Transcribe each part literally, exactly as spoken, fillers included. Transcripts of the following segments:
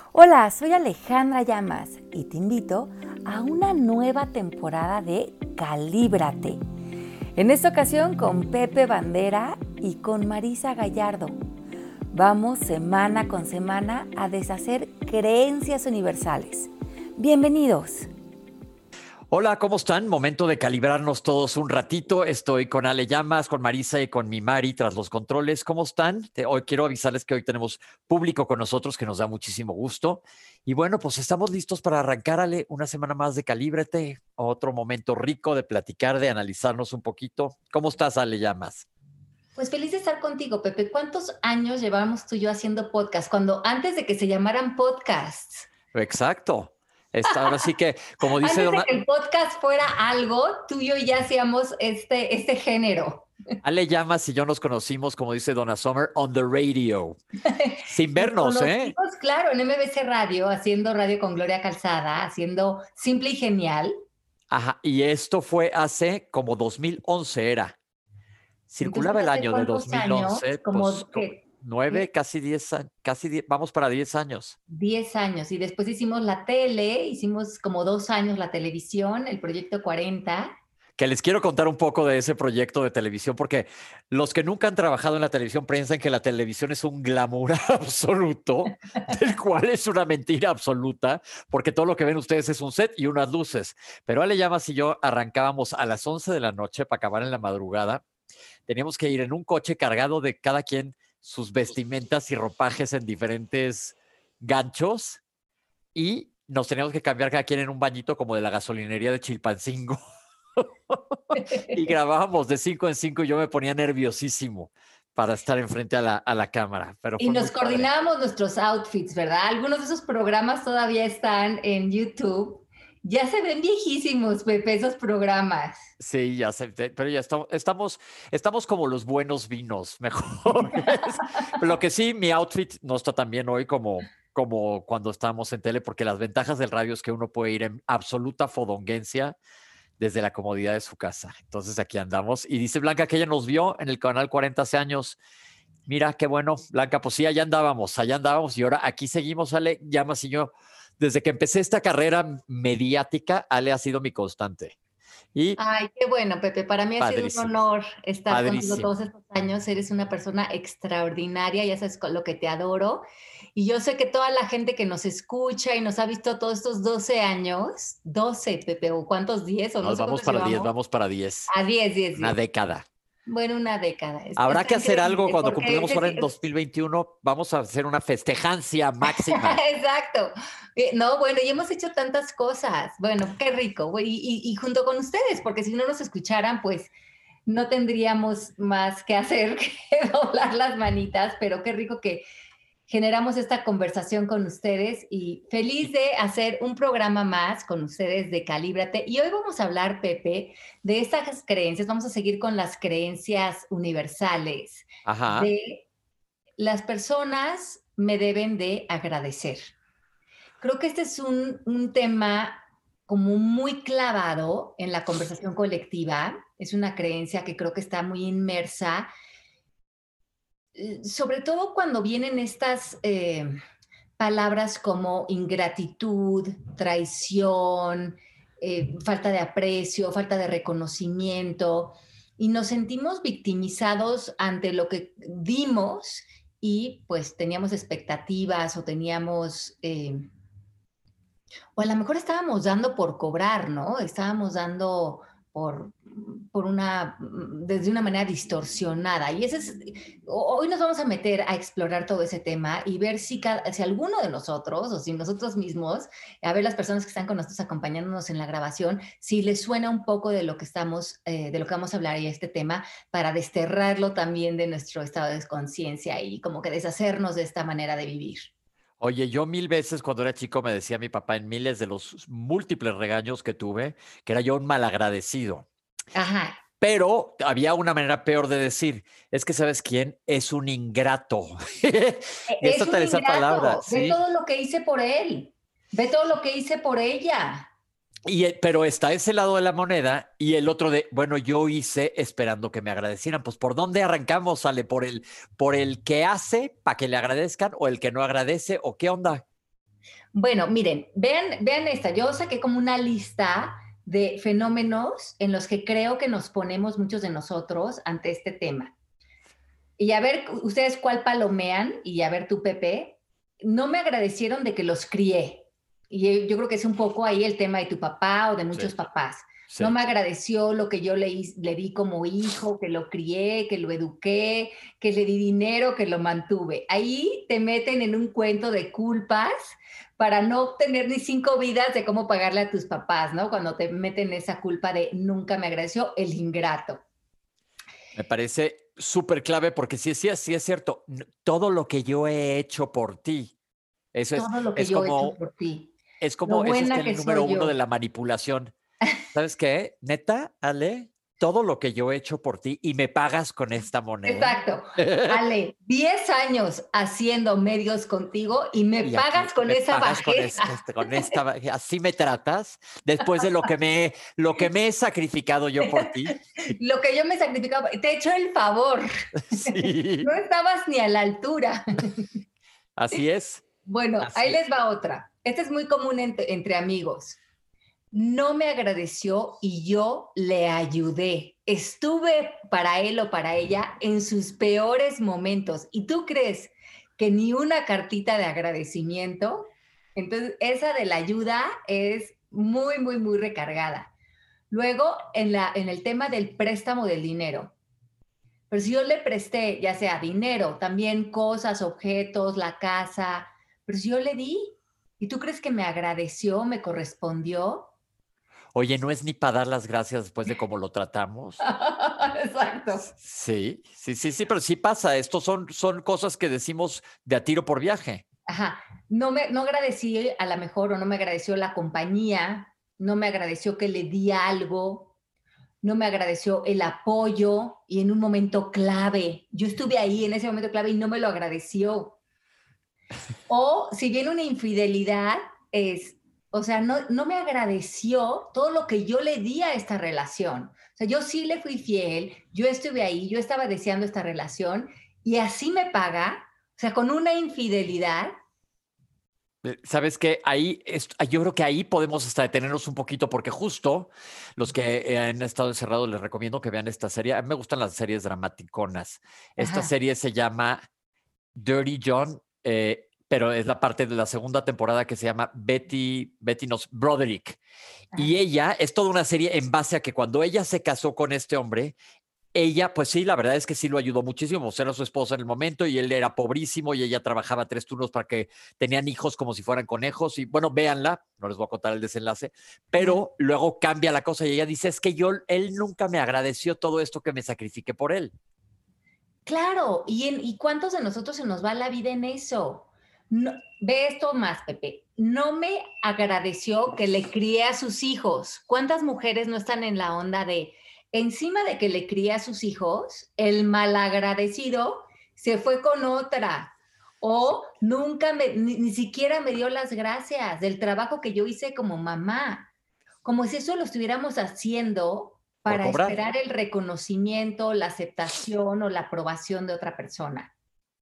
Hola, soy Alejandra Llamas y te invito a una nueva temporada de Calíbrate. En esta ocasión con Pepe Bandera y con Marisa Gallardo. Vamos semana con semana a deshacer creencias universales. Bienvenidos. Hola, ¿cómo están? Momento de calibrarnos todos un ratito. Estoy con Ale Llamas, con Marisa y con mi Mari tras los controles. ¿Cómo están? Te, hoy quiero avisarles que hoy tenemos público con nosotros, que nos da muchísimo gusto. Y bueno, pues estamos listos para arrancar, Ale, una semana más de Calíbrate. Otro momento rico de platicar, de analizarnos un poquito. ¿Cómo estás, Ale Llamas? Pues feliz de estar contigo, Pepe. ¿Cuántos años llevamos tú y yo haciendo podcast? Cuando antes de que se llamaran podcasts. Exacto. Esta, ahora sí que, como dice Antes Dona... de que el podcast fuera algo, tú y yo ya hacíamos este, este género. Ale Llamas y yo nos conocimos, como dice Donna Summer, on the radio. Sin vernos, nos ¿eh? conocimos, claro, en M B C Radio, haciendo radio con Gloria Calzada, haciendo Simple y Genial. Ajá, y esto fue hace como dos mil once era. Circulaba el año de dos mil once, años, como pues que, nueve, casi diez años, casi diez, vamos para diez años. diez años, y después hicimos la tele, hicimos como dos años la televisión, el Proyecto cuarenta. Que les quiero contar un poco de ese proyecto de televisión, porque los que nunca han trabajado en la televisión piensan que la televisión es un glamour absoluto, del cual es una mentira absoluta, porque todo lo que ven ustedes es un set y unas luces. Pero Ale Llamas y yo arrancábamos a las once de la noche para acabar en la madrugada. Teníamos que ir en un coche cargado de cada quien sus vestimentas y ropajes en diferentes ganchos y nos teníamos que cambiar cada quien en un bañito como de la gasolinería de Chilpancingo. Y grabábamos de cinco en cinco y yo me ponía nerviosísimo para estar enfrente a la, a la cámara. Pero y nos coordinábamos nuestros outfits, ¿verdad? Algunos de esos programas todavía están en YouTube. Ya se ven viejísimos, Pepe, esos programas. Sí, ya sé, pero ya estamos, estamos, estamos como los buenos vinos, mejores. Lo que sí, mi outfit no está tan bien hoy como, como cuando estábamos en tele, porque las ventajas del radio es que uno puede ir en absoluta fodonguencia desde la comodidad de su casa. Entonces aquí andamos. Y dice Blanca que ella nos vio en el canal cuarenta hace años. Mira, qué bueno, Blanca, pues sí, allá andábamos, allá andábamos y ahora aquí seguimos, Ale Llamas y yo. Desde que empecé esta carrera mediática, Ale ha sido mi constante. Y ay, qué bueno, Pepe. Para mí ha padrísimo, sido un honor estar padrísimo. contigo todos estos años. Eres una persona extraordinaria, ya sabes lo que te adoro. Y yo sé que toda la gente que nos escucha y nos ha visto todos estos doce años, doce, Pepe, ¿o cuántos? diez, o no Nos sé vamos para diez, vamos para diez. A diez, diez, Una diez. década. Bueno, una década. Habrá Está que hacer increíble, algo cuando porque cumplimos ese ahora sí- en dos mil veintiuno. Vamos a hacer una festejancia máxima. Exacto. Eh, No, bueno, y hemos hecho tantas cosas. Bueno, qué rico. güey, Y, y- y junto con ustedes, porque si no nos escucharan, pues no tendríamos más que hacer que doblar las manitas, pero qué rico que generamos esta conversación con ustedes y feliz de hacer un programa más con ustedes de Calíbrate. Y hoy vamos a hablar, Pepe, de estas creencias. Vamos a seguir con las creencias universales. Ajá. De las personas me deben de agradecer. Creo que este es un, un tema como muy clavado en la conversación colectiva. Es una creencia que creo que está muy inmersa, eh, sobre todo cuando vienen estas eh, palabras como ingratitud, traición, eh, falta de aprecio, falta de reconocimiento, y nos sentimos victimizados ante lo que dimos y pues teníamos expectativas o teníamos... Eh, o a lo mejor estábamos dando por cobrar, ¿no? Estábamos dando por, por una, desde una manera distorsionada. Y ese es, hoy nos vamos a meter a explorar todo ese tema y ver si, cada, si alguno de nosotros o si nosotros mismos, a ver las personas que están con nosotros acompañándonos en la grabación, si les suena un poco de lo que estamos, eh, de lo que vamos a hablar y este tema, para desterrarlo también de nuestro estado de conciencia y como que deshacernos de esta manera de vivir. Oye, yo mil veces cuando era chico me decía mi papá en miles de los múltiples regaños que tuve, que era yo un malagradecido. Ajá. Pero había una manera peor de decir, es que ¿sabes quién? Es un ingrato. Es un esa ingrato. palabra, Ve ¿sí? todo lo que hice por él. Ve todo lo que hice por ella. Y, pero está ese lado de la moneda y el otro de, bueno, yo hice esperando que me agradecieran. Pues ¿por dónde arrancamos? ¿Sale por el, por el que hace para que le agradezcan o el que no agradece o qué onda? Bueno, miren, vean, vean esta. Yo saqué como una lista de fenómenos en los que creo que nos ponemos muchos de nosotros ante este tema. Y a ver ustedes cuál palomean, y a ver tú, Pepe, no me agradecieron de que los crié. Y yo creo que es un poco ahí el tema de tu papá o de muchos Sí, papás. sí. No me agradeció lo que yo le, le di como hijo, que lo crié, que lo eduqué, que le di dinero, que lo mantuve. Ahí te meten en un cuento de culpas para no tener ni cinco vidas de cómo pagarle a tus papás, ¿no? Cuando te meten esa culpa de nunca me agradeció, el ingrato. Me parece súper clave porque sí, sí, sí es cierto. n- Todo lo que yo he hecho por ti, eso es, Todo lo que es yo he hecho como, por ti. es Lo como, ese es buena que el número soy uno de yo. la manipulación. ¿Sabes qué? Neta, Ale, todo lo que yo he hecho por ti y me pagas con esta moneda. Exacto. Ale, diez años haciendo medios contigo y me Y aquí pagas con me esa pagas con, es- bajeza. este, con esta, ba- así me tratas, después de lo que me, lo que me he sacrificado yo por ti. Lo que yo me sacrificaba, te he hecho el favor. Sí, No estabas ni a la altura. así es, Bueno, ahí así es. les va otra. Esta es muy común entre, entre amigos. No me agradeció y yo le ayudé. Estuve para él o para ella en sus peores momentos. ¿Y tú crees que ni una cartita de agradecimiento? Entonces, esa de la ayuda es muy, muy, muy recargada. Luego, en, la, en el tema del préstamo del dinero. Pero si yo le presté, ya sea dinero, también cosas, objetos, la casa, pero si yo le di, ¿y tú crees que me agradeció, me correspondió? Oye, no es ni para dar las gracias después de cómo lo tratamos. Exacto. Sí, sí, sí, sí, pero sí pasa. Estos son, son cosas que decimos de a tiro por viaje. Ajá. No me no agradecí a la mejor o no me agradeció la compañía, no me agradeció que le di algo, no me agradeció el apoyo y en un momento clave. Yo estuve ahí en ese momento clave y no me lo agradeció. O si viene una infidelidad, es, o sea, no, no me agradeció todo lo que yo le di a esta relación. O sea, yo sí le fui fiel, yo estuve ahí, yo estaba deseando esta relación y así me paga, o sea, con una infidelidad. Eh, ¿Sabes qué? Ahí, es- yo creo que ahí podemos hasta detenernos un poquito porque justo los que eh, han estado encerrados les recomiendo que vean esta serie. A mí me gustan las series dramaticonas. Esta Ajá. serie se llama Dirty John, eh, pero es la parte de la segunda temporada que se llama Betty, Betty nos, Broderick. Y Ajá. ella es toda una serie en base a que cuando ella se casó con este hombre, ella, pues sí, la verdad es que sí lo ayudó muchísimo. O sea, era su esposa en el momento y él era pobrísimo y ella trabajaba tres turnos para que tenían hijos como si fueran conejos. Y bueno, véanla, no les voy a contar el desenlace, Ajá. pero luego cambia la cosa y ella dice: es que yo, él nunca me agradeció todo esto que me sacrifiqué por él. Claro, ¿y, en, ¿y cuántos de nosotros se nos va la vida en eso? No, ve esto más, Pepe. No me agradeció que le crié a sus hijos. ¿Cuántas mujeres no están en la onda de, encima de que le crié a sus hijos, el malagradecido se fue con otra? O nunca me, ni, ni siquiera me dio las gracias del trabajo que yo hice como mamá. Como si eso lo estuviéramos haciendo Por para cobrar. esperar el reconocimiento, la aceptación o la aprobación de otra persona.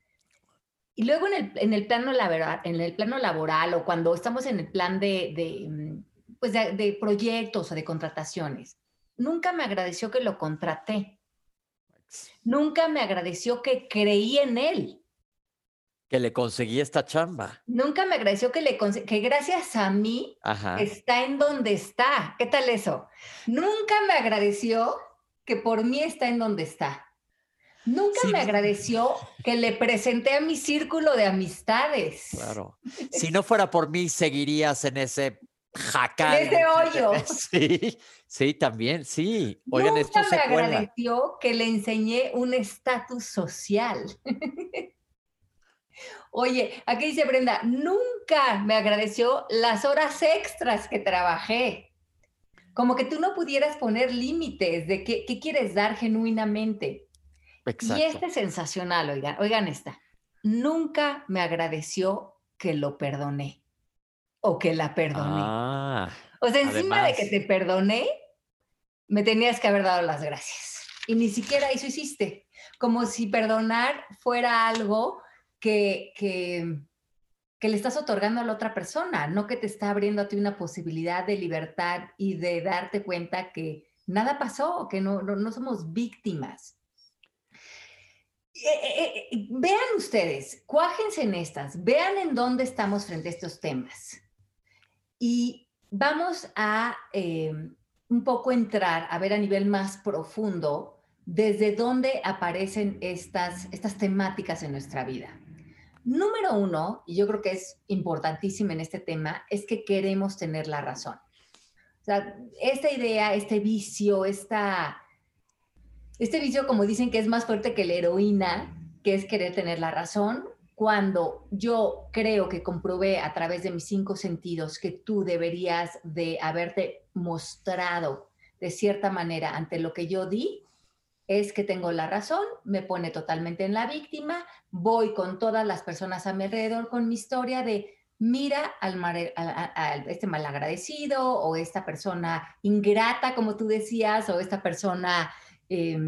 Y luego en el, en el, plano, laboral, en el plano laboral o cuando estamos en el plan de, de, pues de, de proyectos o de contrataciones, nunca me agradeció que lo contraté. Nunca me agradeció que creí en él. Que le conseguí esta chamba. Nunca me agradeció que, le, que gracias a mí Ajá. está en donde está. ¿Qué tal eso? Nunca me agradeció que por mí está en donde está. Nunca Sí, me agradeció que le presenté a mi círculo de amistades. claro. Si no fuera por mí, seguirías en ese En jacal. ese hoyo. Sí, sí, también, sí. Oigan, esto Nunca me se cuela. agradeció que le enseñé un estatus social. Oye, aquí dice Brenda, nunca me agradeció las horas extras que trabajé. Como que tú no pudieras poner límites de qué, qué quieres dar genuinamente. Y Exacto. este es sensacional, oigan, oigan esta. Nunca me agradeció que lo perdoné o que la perdoné. Ah, O sea, encima de que además, te perdoné, me tenías que haber dado las gracias. Y ni siquiera eso hiciste. Como si perdonar fuera algo que, que que le estás otorgando a la otra persona, no que te está abriendo a ti una posibilidad de libertad y de darte cuenta que nada pasó, que no, no, no somos víctimas. Eh, eh, eh, vean ustedes, cuájense en estas, vean en dónde estamos frente a estos temas. Y vamos a eh, un poco entrar a ver a nivel más profundo desde dónde aparecen estas, estas temáticas en nuestra vida. Número uno, y yo creo que es importantísimo en este tema, es que queremos tener la razón. O sea, esta idea, este vicio, esta, este vicio, como dicen, que es más fuerte que la heroína, que es querer tener la razón, cuando yo creo que comprobé a través de mis cinco sentidos que tú deberías de haberte mostrado de cierta manera ante lo que yo di, es que tengo la razón, me pone totalmente en la víctima, voy con todas las personas a mi alrededor con mi historia de mira al, mare, a, a, a este malagradecido o esta persona ingrata, como tú decías, o esta persona eh,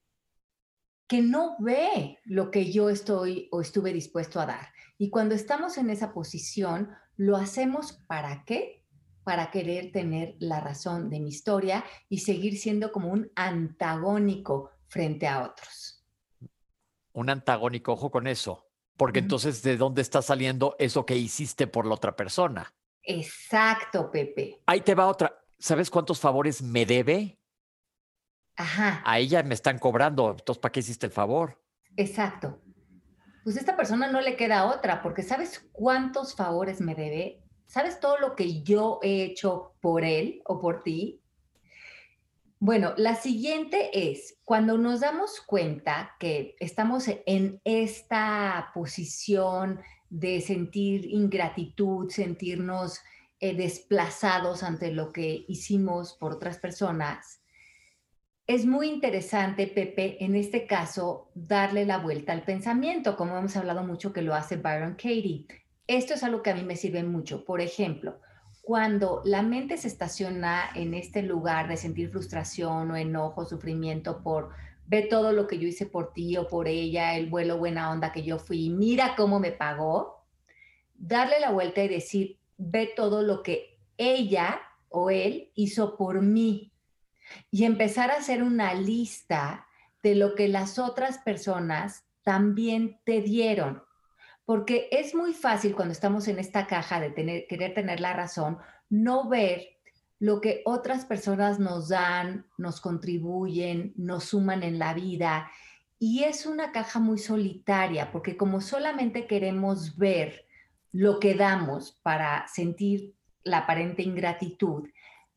que no ve lo que yo estoy o estuve dispuesto a dar. Y cuando estamos en esa posición, ¿lo hacemos para qué? Para querer tener la razón de mi historia y seguir siendo como un antagónico frente a otros. Un antagónico, ojo con eso, porque uh-huh. entonces, ¿de dónde está saliendo eso que hiciste por la otra persona? Exacto, Pepe. Ahí te va otra. ¿Sabes cuántos favores me debe? Ajá. A ella me están cobrando, entonces, ¿para qué hiciste el favor? Exacto. Pues a esta persona no le queda otra, porque ¿sabes cuántos favores me debe? ¿Sabes todo lo que yo he hecho por él o por ti? Bueno, la siguiente es, cuando nos damos cuenta que estamos en esta posición de sentir ingratitud, sentirnos eh, desplazados ante lo que hicimos por otras personas, es muy interesante, Pepe, en este caso, darle la vuelta al pensamiento, como hemos hablado mucho que lo hace Byron Katie. Esto es algo que a mí me sirve mucho. Por ejemplo, cuando la mente se estaciona en este lugar de sentir frustración o enojo, sufrimiento por ver todo lo que yo hice por ti o por ella, el vuelo buena onda que yo fui, mira cómo me pagó, darle la vuelta y decir, ve todo lo que ella o él hizo por mí. Y empezar a hacer una lista de lo que las otras personas también te dieron. Porque es muy fácil cuando estamos en esta caja de tener, querer tener la razón, no ver lo que otras personas nos dan, nos contribuyen, nos suman en la vida. Y es una caja muy solitaria, porque como solamente queremos ver lo que damos para sentir la aparente ingratitud,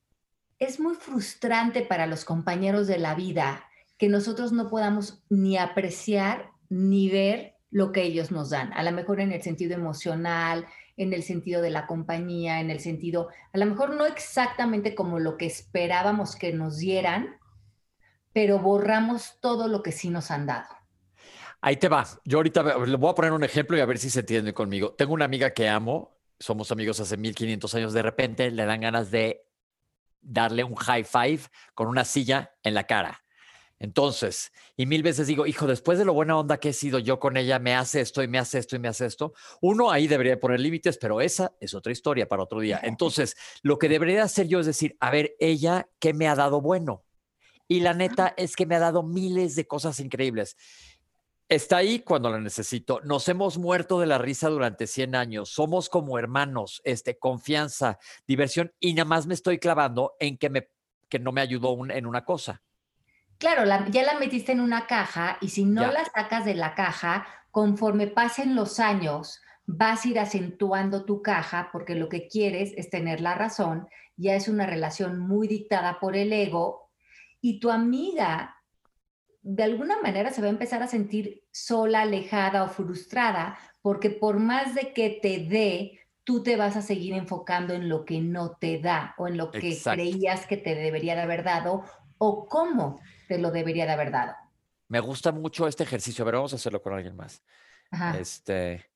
es muy frustrante para los compañeros de la vida que nosotros no podamos ni apreciar ni ver lo que ellos nos dan, a lo mejor en el sentido emocional, en el sentido de la compañía, en el sentido, a lo mejor no exactamente como lo que esperábamos que nos dieran, pero borramos todo lo que sí nos han dado. Ahí te va. Yo ahorita le voy a poner un ejemplo y a ver si se entiende conmigo. Tengo una amiga que amo, somos amigos hace mil quinientos años, de repente le dan ganas de darle un high five con una silla en la cara. Entonces, y mil veces digo, hijo, después de lo buena onda que he sido yo con ella, me hace esto y me hace esto y me hace esto. Uno, ahí debería poner límites, pero esa es otra historia para otro día. Entonces, lo que debería hacer yo es decir, a ver, ella, ¿qué me ha dado bueno? Y la neta es que me ha dado miles de cosas increíbles. Está ahí cuando la necesito. Nos hemos muerto de la risa durante cien años. Somos como hermanos, este, confianza, diversión, y nada más me estoy clavando en que, me, que no me ayudó un, en una cosa. Claro, la, ya la metiste en una caja y si no ya. la sacas de la caja, conforme pasen los años, vas a ir acentuando tu caja porque lo que quieres es tener la razón. Ya es una relación muy dictada por el ego y tu amiga de alguna manera se va a empezar a sentir sola, alejada o frustrada porque por más de que te dé, tú te vas a seguir enfocando en lo que no te da o en lo que Exacto. creías que te debería de haber dado o cómo te lo debería de haber dado. Me gusta mucho este ejercicio. A ver, vamos a hacerlo con alguien más. Ajá. Este,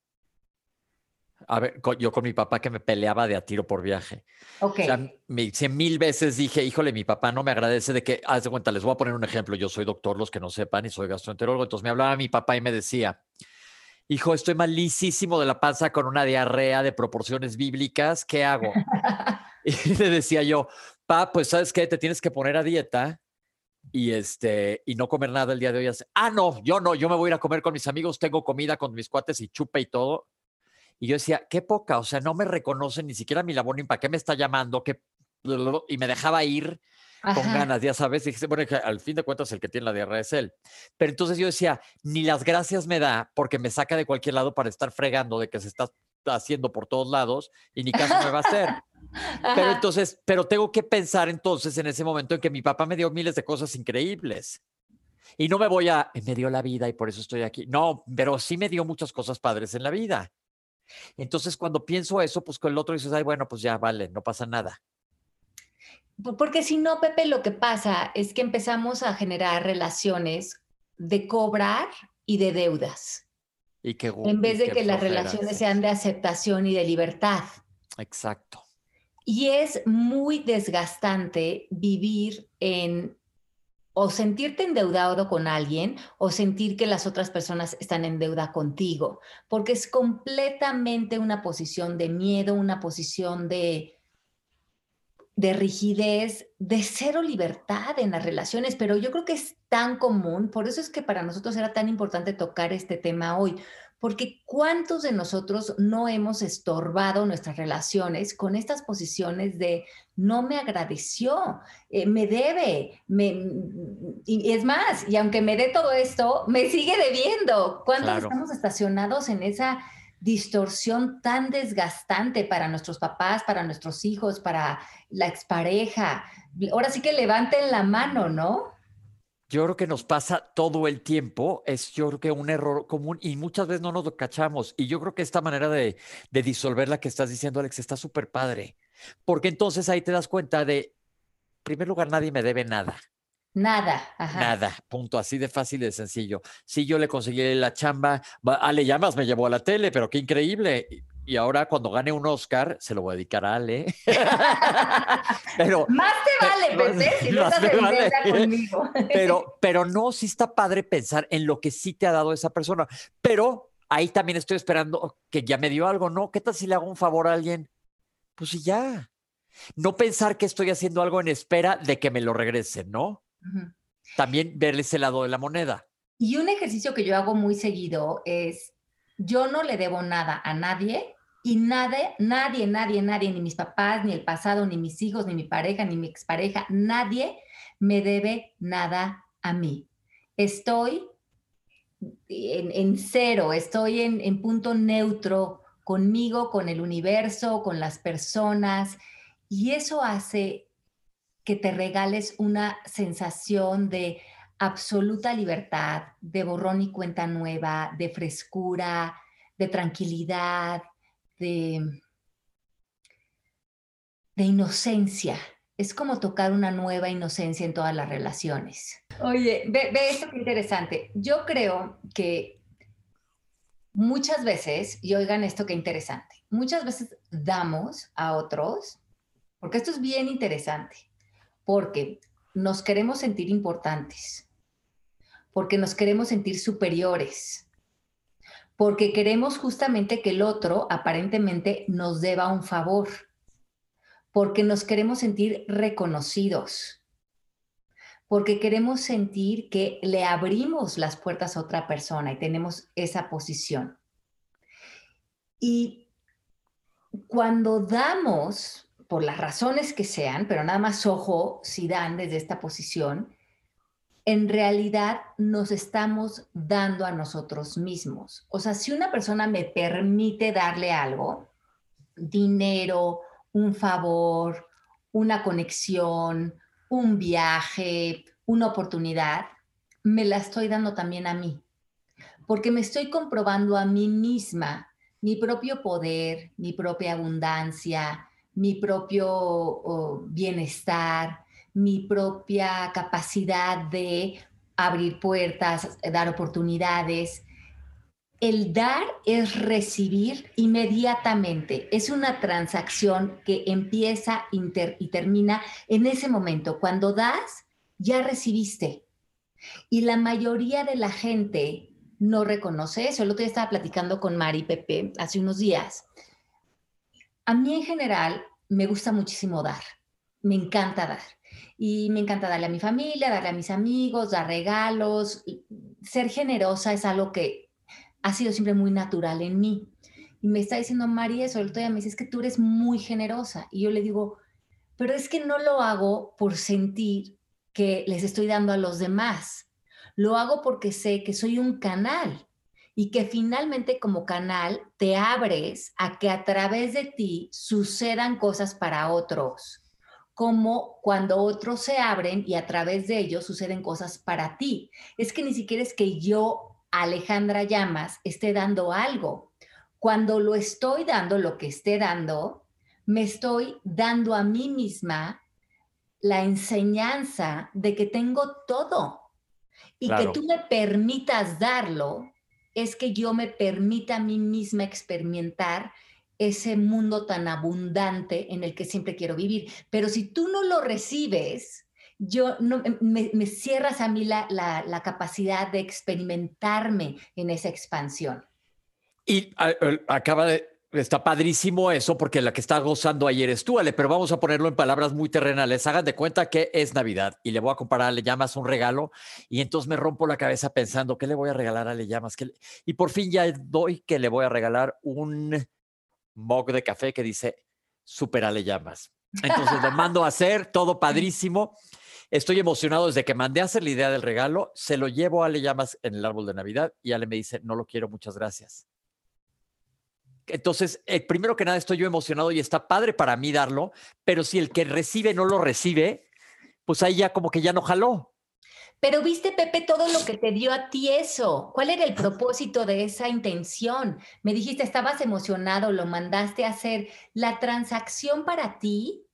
a ver, con, yo con mi papá que me peleaba de a tiro por viaje. Ok. O sea, me, cien mil veces dije, híjole, mi papá no me agradece de que, haz de cuenta, les voy a poner un ejemplo. Yo soy doctor, los que no sepan, y soy gastroenterólogo. Entonces me hablaba mi papá y me decía, hijo, estoy malísimo de la panza con una diarrea de proporciones bíblicas, ¿qué hago? Y le decía yo, pa, pues ¿sabes qué? Te tienes que poner a dieta y, este, y no comer nada el día de hoy. Ah, no, yo no, yo me voy a ir a comer con mis amigos, tengo comida con mis cuates y chupe y todo. Y yo decía, qué poca, o sea, no me reconocen ni siquiera mi labor, ni para qué me está llamando, qué... y me dejaba ir con Ajá. ganas, ya sabes, y dije, bueno, que al fin de cuentas el que tiene la diarrea es él. Pero entonces yo decía, ni las gracias me da porque me saca de cualquier lado para estar fregando de que se está haciendo por todos lados y ni caso me va a hacer. Pero Ajá. entonces, pero tengo que pensar entonces en ese momento en que mi papá me dio miles de cosas increíbles. Y no me voy a, me dio la vida y por eso estoy aquí. No, pero sí me dio muchas cosas padres en la vida. Entonces, cuando pienso eso, pues con el otro dices, ay, bueno, pues ya vale, no pasa nada. Porque si no, Pepe, lo que pasa es que empezamos a generar relaciones de cobrar y de deudas, Y qué, en y vez de qué que las flojera, relaciones sí. sean de aceptación y de libertad. Exacto. Y es muy desgastante vivir en o sentirte endeudado con alguien o sentir que las otras personas están en deuda contigo, porque es completamente una posición de miedo, una posición de, de rigidez, de cero libertad en las relaciones, pero yo creo que es tan común, por eso es que para nosotros era tan importante tocar este tema hoy, porque ¿cuántos de nosotros no hemos estorbado nuestras relaciones con estas posiciones de no me agradeció, eh, me debe, me, y es más, y aunque me dé todo esto, me sigue debiendo? ¿Cuántos Claro. estamos estacionados en esa distorsión tan desgastante para nuestros papás, para nuestros hijos, para la expareja? Ahora sí que levanten la mano, ¿no? Yo creo que nos pasa todo el tiempo, es yo creo que un error común y muchas veces no nos lo cachamos. Y yo creo que esta manera de, de disolver la que estás diciendo, Alex, está súper padre. Porque entonces ahí te das cuenta de, en primer lugar, nadie me debe nada. Nada, ajá. Nada, punto, así de fácil y de sencillo. Sí, yo le conseguí la chamba, va, Ale Llamas me llevó a la tele, pero qué increíble. Y, y ahora cuando gane un Oscar, se lo voy a dedicar a Ale. pero, Más te pero, vale, Pepe, si no más estás me en vale. deuda conmigo. Pero, pero no, sí está padre pensar en lo que sí te ha dado esa persona. Pero ahí también estoy esperando que ya me dio algo, ¿no? ¿Qué tal si le hago un favor a alguien? Pues sí, ya. No pensar que estoy haciendo algo en espera de que me lo regresen, ¿no? Ujú. También ver ese lado de la moneda. Y un ejercicio que yo hago muy seguido es, yo no le debo nada a nadie y nadie, nadie, nadie, nadie, ni mis papás, ni el pasado, ni mis hijos, ni mi pareja, ni mi expareja, nadie me debe nada a mí. Estoy en, en cero, estoy en, en punto neutro conmigo, con el universo, con las personas, y eso hace que te regales una sensación de absoluta libertad, de borrón y cuenta nueva, de frescura, de tranquilidad, de, de inocencia. Es como tocar una nueva inocencia en todas las relaciones. Oye, ve, ve esto qué interesante. Yo creo que muchas veces, y oigan esto qué interesante, muchas veces damos a otros, porque esto es bien interesante, porque nos queremos sentir importantes, porque nos queremos sentir superiores, porque queremos justamente que el otro aparentemente nos deba un favor, porque nos queremos sentir reconocidos, porque queremos sentir que le abrimos las puertas a otra persona y tenemos esa posición. Y cuando damos, por las razones que sean, pero nada más ojo si dan desde esta posición, en realidad nos estamos dando a nosotros mismos. O sea, si una persona me permite darle algo, dinero, un favor, una conexión, un viaje, una oportunidad, me la estoy dando también a mí, porque me estoy comprobando a mí misma mi propio poder, mi propia abundancia, mi propio oh, bienestar, mi propia capacidad de abrir puertas, dar oportunidades. El dar es recibir inmediatamente. Es una transacción que empieza inter y termina en ese momento. Cuando das, ya recibiste. Y la mayoría de la gente no reconoce eso. El otro día estaba platicando con Mari Pepe hace unos días. A mí en general me gusta muchísimo dar, me encanta dar. Y me encanta darle a mi familia, darle a mis amigos, dar regalos. Ser generosa es algo que ha sido siempre muy natural en mí. Y me está diciendo Mari eso, el otro día me dice, es que tú eres muy generosa. Y yo le digo, pero es que no lo hago por sentir que les estoy dando a los demás. Lo hago porque sé que soy un canal y que finalmente como canal te abres a que a través de ti sucedan cosas para otros, como cuando otros se abren y a través de ellos suceden cosas para ti. Es que ni siquiera es que yo, Alejandra Llamas, esté dando algo. Cuando lo estoy dando, lo que esté dando, me estoy dando a mí misma la enseñanza de que tengo todo. Y claro, que tú me permitas darlo es que yo me permita a mí misma experimentar ese mundo tan abundante en el que siempre quiero vivir. Pero si tú no lo recibes, yo no, me, me cierras a mí la, la, la capacidad de experimentarme en esa expansión. Y a, a, acaba de... Está padrísimo eso, porque la que está gozando ayer es tú, Ale, pero vamos a ponerlo en palabras muy terrenales. Hagan de cuenta que es Navidad y le voy a comprar a Ale Llamas un regalo y entonces me rompo la cabeza pensando, ¿qué le voy a regalar a Ale Llamas? ¿Qué le... Y por fin ya doy que le voy a regalar un mug de café que dice Super Ale Llamas. Entonces lo mando a hacer, todo padrísimo. Estoy emocionado desde que mandé a hacer la idea del regalo, se lo llevo a Ale Llamas en el árbol de Navidad y Ale me dice, no lo quiero, muchas gracias. Entonces, eh, primero que nada estoy yo emocionado y está padre para mí darlo, pero si el que recibe no lo recibe, pues ahí ya como que ya no jaló. Pero viste, Pepe, todo lo que te dio a ti eso. ¿Cuál era el propósito de esa intención? Me dijiste, estabas emocionado, lo mandaste a hacer. La transacción para ti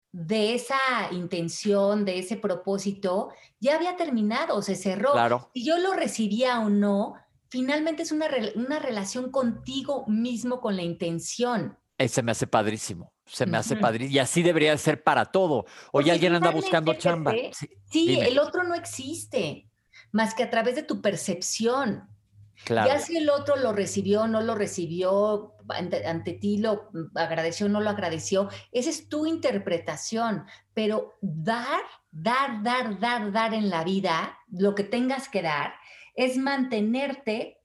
de esa intención, de ese propósito, ya había terminado, se cerró. Claro. Si yo lo recibía o no, finalmente es una, re una relación contigo mismo con la intención. Eh, se me hace padrísimo, se me uh-huh. hace padrísimo. Y así debería ser para todo. Oye, alguien anda buscando chamba. Pepe, sí, sí el otro no existe, más que a través de tu percepción. Claro. Ya si el otro lo recibió, no lo recibió, ante, ante ti lo agradeció, no lo agradeció, esa es tu interpretación. Pero dar, dar, dar, dar, dar en la vida, lo que tengas que dar, es mantenerte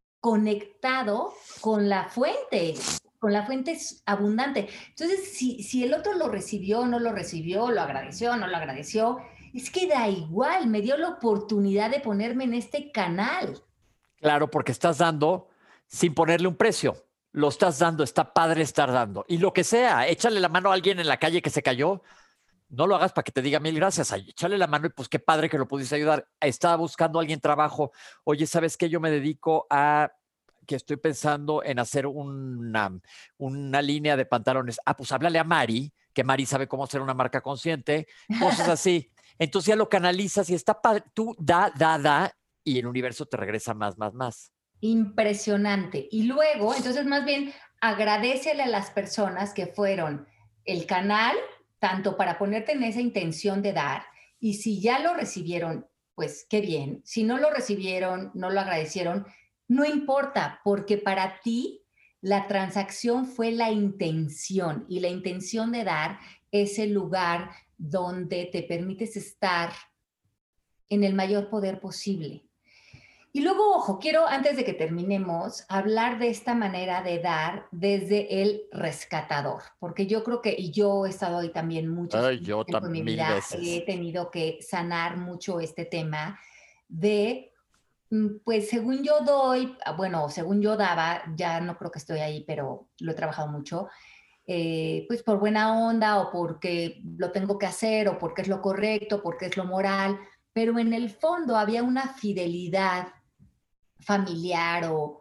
conectado con la fuente, con la fuente abundante. Entonces, si, si el otro lo recibió, no lo recibió, lo agradeció, no lo agradeció, es que da igual, me dio la oportunidad de ponerme en este canal. Claro, porque estás dando sin ponerle un precio. Lo estás dando, está padre estar dando. Y lo que sea, échale la mano a alguien en la calle que se cayó. No lo hagas para que te diga mil gracias. Échale la mano y pues qué padre que lo pudiste ayudar. Estaba buscando a alguien trabajo. Oye, ¿sabes qué? Yo me dedico a que estoy pensando en hacer una, una línea de pantalones. Ah, pues háblale a Mari, que Mari sabe cómo hacer una marca consciente. Cosas así. Entonces ya lo canalizas y está padre. Tú da, da, da y el universo te regresa más, más, más. Impresionante. Y luego, entonces más bien agradécele a las personas que fueron el canal, tanto para ponerte en esa intención de dar, y si ya lo recibieron, pues qué bien. Si no lo recibieron, no lo agradecieron, no importa, porque para ti la transacción fue la intención, y la intención de dar es el lugar donde te permites estar en el mayor poder posible. Y luego, ojo, quiero, antes de que terminemos, hablar de esta manera de dar desde el rescatador, porque yo creo que, y yo he estado ahí también mucho tiempo en mi vida, veces. He tenido que sanar mucho este tema de, pues según yo doy, bueno, según yo daba, ya no creo que estoy ahí, pero lo he trabajado mucho, eh, pues por buena onda o porque lo tengo que hacer o porque es lo correcto, porque es lo moral, pero en el fondo había una fidelidad familiar o,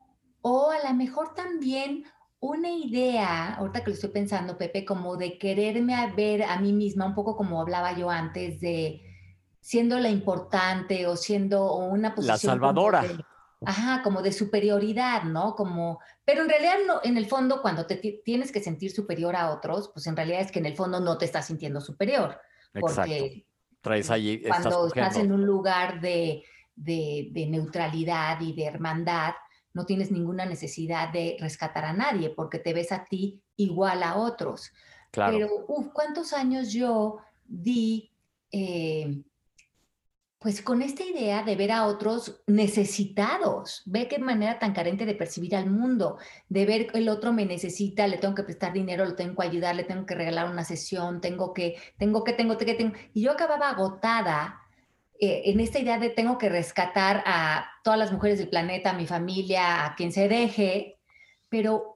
o a lo mejor también una idea, ahorita que lo estoy pensando, Pepe, como de quererme a ver a mí misma, un poco como hablaba yo antes, de siendo la importante o siendo o una posición... La salvadora. Como de, ajá, como de superioridad, ¿no? Como, pero en realidad, no, en el fondo, cuando te tienes que sentir superior a otros, pues en realidad es que en el fondo no te estás sintiendo superior. Exacto. Porque traes allí, cuando estás, estás en un lugar de de, de neutralidad y de hermandad, no tienes ninguna necesidad de rescatar a nadie porque te ves a ti igual a otros. Claro. Pero, uff, ¿cuántos años yo di, eh, pues con esta idea de ver a otros necesitados? Ve qué manera tan carente de percibir al mundo, de ver que el otro me necesita, le tengo que prestar dinero, le tengo que ayudar, le tengo que regalar una sesión, tengo que, tengo que, tengo que, tengo. Y yo acababa agotada eh, en esta idea de tengo que rescatar a todas las mujeres del planeta, a mi familia, a quien se deje, pero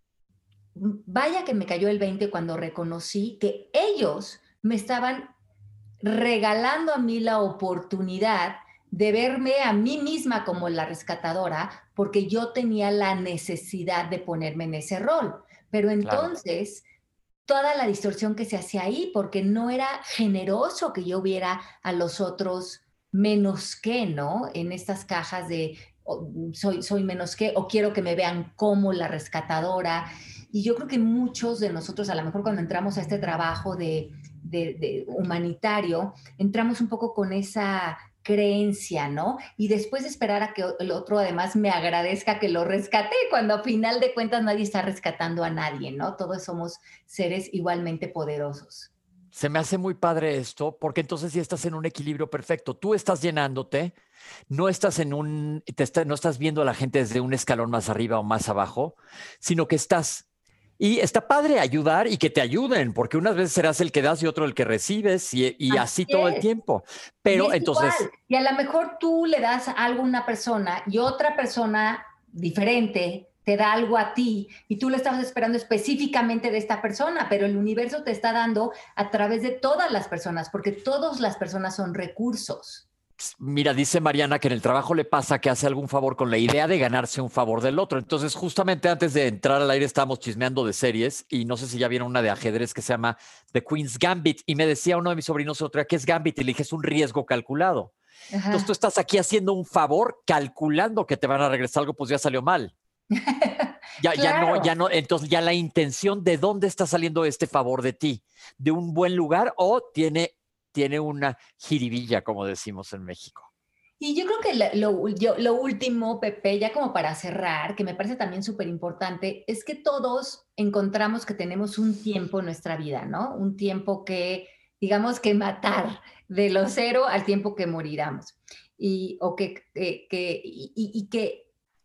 vaya que me cayó el veinte cuando reconocí que ellos me estaban regalando a mí la oportunidad de verme a mí misma como la rescatadora, porque yo tenía la necesidad de ponerme en ese rol. Pero entonces, claro, toda la distorsión que se hacía ahí, porque no era generoso que yo viera a los otros menos que, ¿no? En estas cajas de oh, soy, soy menos que, o quiero que me vean como la rescatadora. Y yo creo que muchos de nosotros, a lo mejor cuando entramos a este trabajo de, de, de humanitario, entramos un poco con esa creencia, ¿no? Y después esperar a que el otro además me agradezca que lo rescaté, cuando a final de cuentas nadie está rescatando a nadie, ¿no? Todos somos seres igualmente poderosos. Se me hace muy padre esto, porque entonces ya estás en un equilibrio perfecto. Tú estás llenándote, no estás en un, te está, no estás viendo a la gente desde un escalón más arriba o más abajo, sino que estás. Y está padre ayudar y que te ayuden, porque unas veces serás el que das y otro el que recibes, y, y así, así todo el tiempo. Pero y entonces. Igual. Y a lo mejor tú le das algo a una persona y otra persona diferente te da algo a ti y tú lo estabas esperando específicamente de esta persona, pero el universo te está dando a través de todas las personas, porque todas las personas son recursos. Mira, dice Mariana que en el trabajo le pasa que hace algún favor con la idea de ganarse un favor del otro. Entonces, justamente antes de entrar al aire estábamos chismeando de series y no sé si ya vieron una de ajedrez que se llama The Queen's Gambit y me decía uno de mis sobrinos otra, ¿qué es Gambit? Y le dije, es un riesgo calculado. Ajá. Entonces tú estás aquí haciendo un favor calculando que te van a regresar algo, pues ya salió mal. Ya, claro. ya no, ya no, entonces ya la intención de dónde está saliendo este favor de ti, de un buen lugar o tiene, tiene una jiribilla, como decimos en México. Y yo creo que lo, lo, yo, lo último, Pepe, ya como para cerrar, que me parece también súper importante, es que todos encontramos que tenemos un tiempo en nuestra vida, ¿no? Un tiempo que, digamos, que matar de lo cero al tiempo que moriramos. Y, o que, que, que, y, y que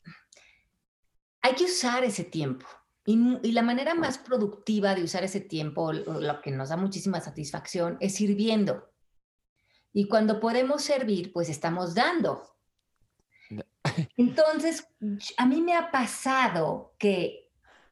hay que usar ese tiempo. Y, y la manera más productiva de usar ese tiempo, lo, lo que nos da muchísima satisfacción, es sirviendo. Y cuando podemos servir, pues estamos dando. Entonces, a mí me ha pasado que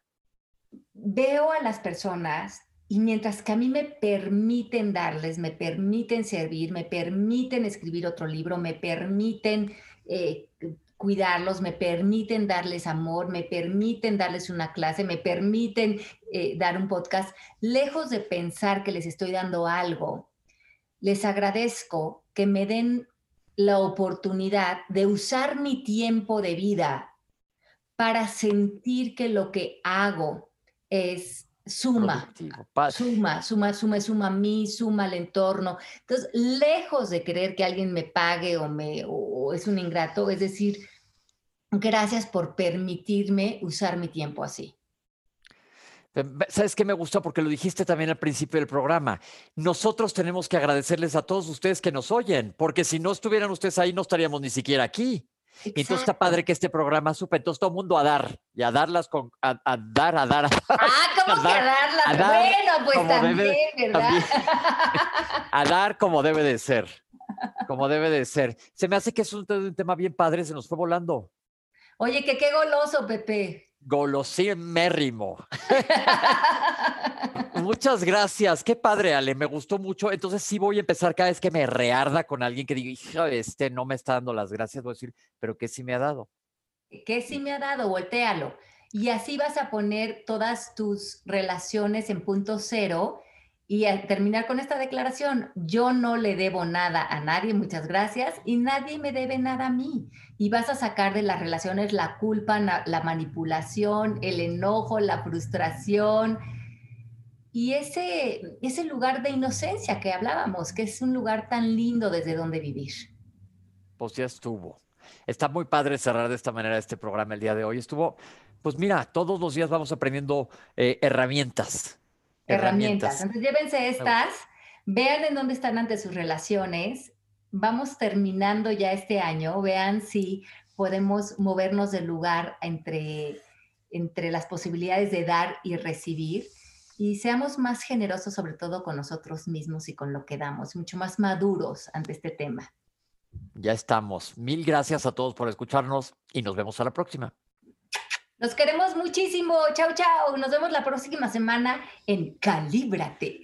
veo a las personas y mientras que a mí me permiten darles, me permiten servir, me permiten escribir otro libro, me permiten eh, cuidarlos, me permiten darles amor, me permiten darles una clase, me permiten eh, dar un podcast, lejos de pensar que les estoy dando algo, les agradezco que me den la oportunidad de usar mi tiempo de vida para sentir que lo que hago es suma, suma, suma, suma, suma a mí, suma al entorno. Entonces, lejos de querer que alguien me pague o, me, o es un ingrato, es decir, gracias por permitirme usar mi tiempo así. ¿Sabes qué me gustó? Porque lo dijiste también al principio del programa. Nosotros tenemos que agradecerles a todos ustedes que nos oyen, porque si no estuvieran ustedes ahí, no estaríamos ni siquiera aquí. Exacto. Y entonces está padre que este programa supe, entonces todo el mundo a dar, y a darlas con, a, a dar, a dar, a dar. Ah, ¿cómo que a darlas? A dar, bueno, pues también, debe, ¿verdad? También, a dar como debe de ser, como debe de ser. Se me hace que es un, un tema bien padre, se nos fue volando. Oye, que qué goloso, Pepe. Golosímérrimo. Muchas gracias. Qué padre, Ale. Me gustó mucho. Entonces sí voy a empezar cada vez que me rearda con alguien que diga, hija, este no me está dando las gracias. Voy a decir, pero ¿qué sí me ha dado? ¿Qué sí me ha dado? Voltéalo. Y así vas a poner todas tus relaciones en punto cero. Y al terminar con esta declaración, yo no le debo nada a nadie, muchas gracias, y nadie me debe nada a mí. Y vas a sacar de las relaciones la culpa, la manipulación, el enojo, la frustración y ese, ese lugar de inocencia que hablábamos, que es un lugar tan lindo desde donde vivir. Pues ya estuvo. Está muy padre cerrar de esta manera este programa el día de hoy. Estuvo, pues mira, todos los días vamos aprendiendo eh, herramientas. Herramientas. Herramientas. Entonces llévense Me estas, vean en dónde están ante sus relaciones. Vamos terminando ya este año, vean si podemos movernos del lugar entre, entre las posibilidades de dar y recibir y seamos más generosos sobre todo con nosotros mismos y con lo que damos, mucho más maduros ante este tema. Ya estamos. Mil gracias a todos por escucharnos y nos vemos a la próxima. Los queremos muchísimo. Chau, chau. Nos vemos la próxima semana en Calíbrate.